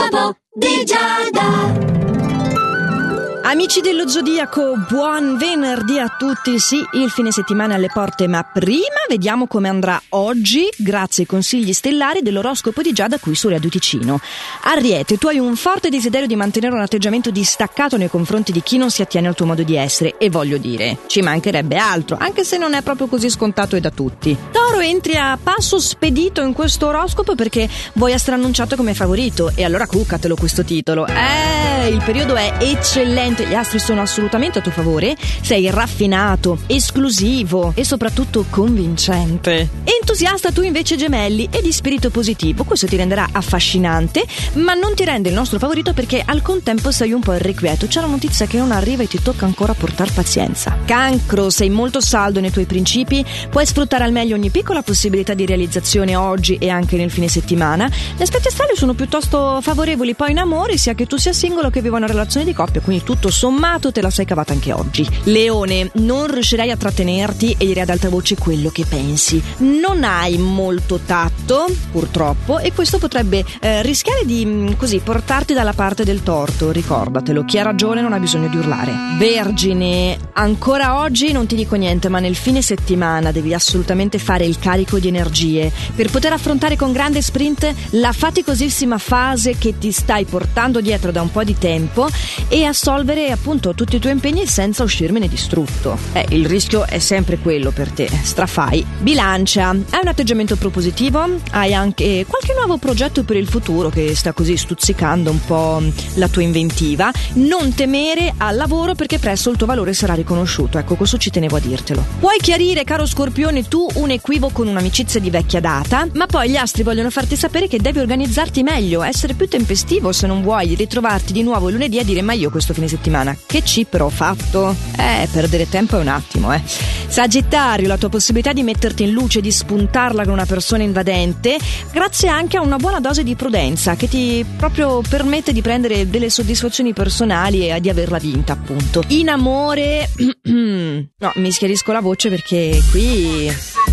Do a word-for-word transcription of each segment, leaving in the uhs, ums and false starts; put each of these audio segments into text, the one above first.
L'oroscopo di Giada. Amici dello Zodiaco, buon venerdì a tutti. Sì, il fine settimana è alle porte, ma prima vediamo come andrà oggi grazie ai consigli stellari dell'oroscopo di Giada qui su Radio Ticino. Ariete, tu hai un forte desiderio di mantenere un atteggiamento distaccato nei confronti di chi non si attiene al tuo modo di essere, e voglio dire, ci mancherebbe altro, anche se non è proprio così scontato e da tutti. Toro, entri a passo spedito in questo oroscopo perché vuoi essere annunciato come favorito, e allora cuccatelo questo titolo. Eh, il periodo è eccellente. Gli astri sono assolutamente a tuo favore, sei raffinato, esclusivo e soprattutto convincente. Entusiasta tu invece, Gemelli, e di spirito positivo. Questo ti renderà affascinante, ma non ti rende il nostro favorito perché al contempo sei un po' irrequieto. C'è la notizia che non arriva e ti tocca ancora portar pazienza. Cancro, sei molto saldo nei tuoi principi, puoi sfruttare al meglio ogni piccola possibilità di realizzazione oggi e anche nel fine settimana. Gli aspetti astrali sono piuttosto favorevoli poi in amore, sia che tu sia singolo che viva una relazione di coppia, quindi tutto sommato te la sei cavata anche oggi. Leone, non riuscirai a trattenerti e dire ad alta voce quello che pensi. Non hai molto tatto, purtroppo, e questo potrebbe eh, rischiare di mh, così portarti dalla parte del torto. Ricordatelo, chi ha ragione non ha bisogno di urlare. Vergine, ancora oggi non ti dico niente, ma nel fine settimana devi assolutamente fare il carico di energie per poter affrontare con grande sprint la faticosissima fase che ti stai portando dietro da un po' di tempo e assolvere appunto tutti i tuoi impegni senza uscirmene distrutto. Eh, il rischio è sempre quello per te, strafai. Bilancia, hai un atteggiamento propositivo, hai anche qualche nuovo progetto per il futuro che sta così stuzzicando un po' la tua inventiva. Non temere al lavoro perché presto il tuo valore sarà riconosciuto, ecco, questo ci tenevo a dirtelo. Puoi chiarire, caro Scorpione, tu un equivoco con un'amicizia di vecchia data, ma poi gli astri vogliono farti sapere che devi organizzarti meglio, essere più tempestivo se non vuoi ritrovarti di nuovo lunedì a dire ma io questo fine settimana che cipro ho fatto? Eh, perdere tempo è un attimo, eh. Sagittario, la tua possibilità di metterti in luce, di spuntarla con una persona invadente, grazie anche a una buona dose di prudenza che ti proprio permette di prendere delle soddisfazioni personali e di averla vinta, appunto. In amore, no, mi schiarisco la voce perché qui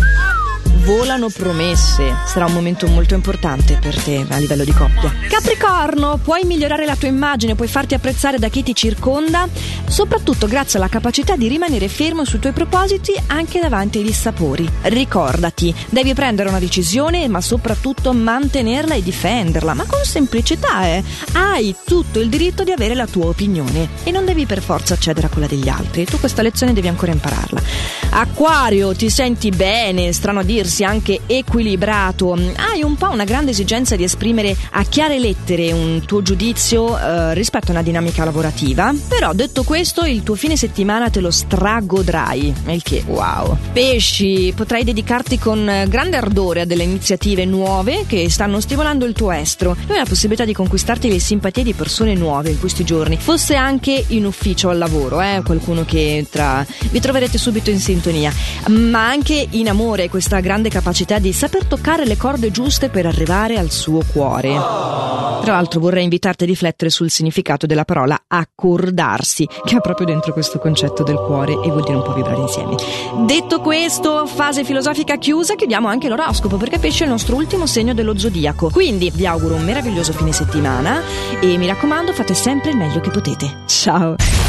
volano promesse. Sarà un momento molto importante per te a livello di coppia. Capricorno, puoi migliorare la tua immagine, puoi farti apprezzare da chi ti circonda, soprattutto grazie alla capacità di rimanere fermo sui tuoi propositi anche davanti ai dissapori. Ricordati, devi prendere una decisione, ma soprattutto mantenerla e difenderla, ma con semplicità, eh. Hai tutto il diritto di avere la tua opinione e non devi per forza cedere a quella degli altri. Tu questa lezione devi ancora impararla. Acquario, ti senti bene, strano a dirsi, anche equilibrato, hai un po' una grande esigenza di esprimere a chiare lettere un tuo giudizio eh, rispetto a una dinamica lavorativa, però detto questo il tuo fine settimana te lo stragodrai, il che wow. Pesci, potrai dedicarti con grande ardore a delle iniziative nuove che stanno stimolando il tuo estro. Tu hai la possibilità di conquistarti le simpatie di persone nuove in questi giorni, fosse anche in ufficio o al lavoro, eh? qualcuno che tra vi troverete subito in sintonia, ma anche in amore, questa grande capacità di saper toccare le corde giuste per arrivare al suo cuore. Tra l'altro vorrei invitarti a riflettere sul significato della parola accordarsi, che ha proprio dentro questo concetto del cuore e vuol dire un po' vibrare insieme. Detto questo, fase filosofica chiusa, chiudiamo anche l'oroscopo perché Pesce è il nostro ultimo segno dello zodiaco. Quindi vi auguro un meraviglioso fine settimana e mi raccomando, fate sempre il meglio che potete. Ciao!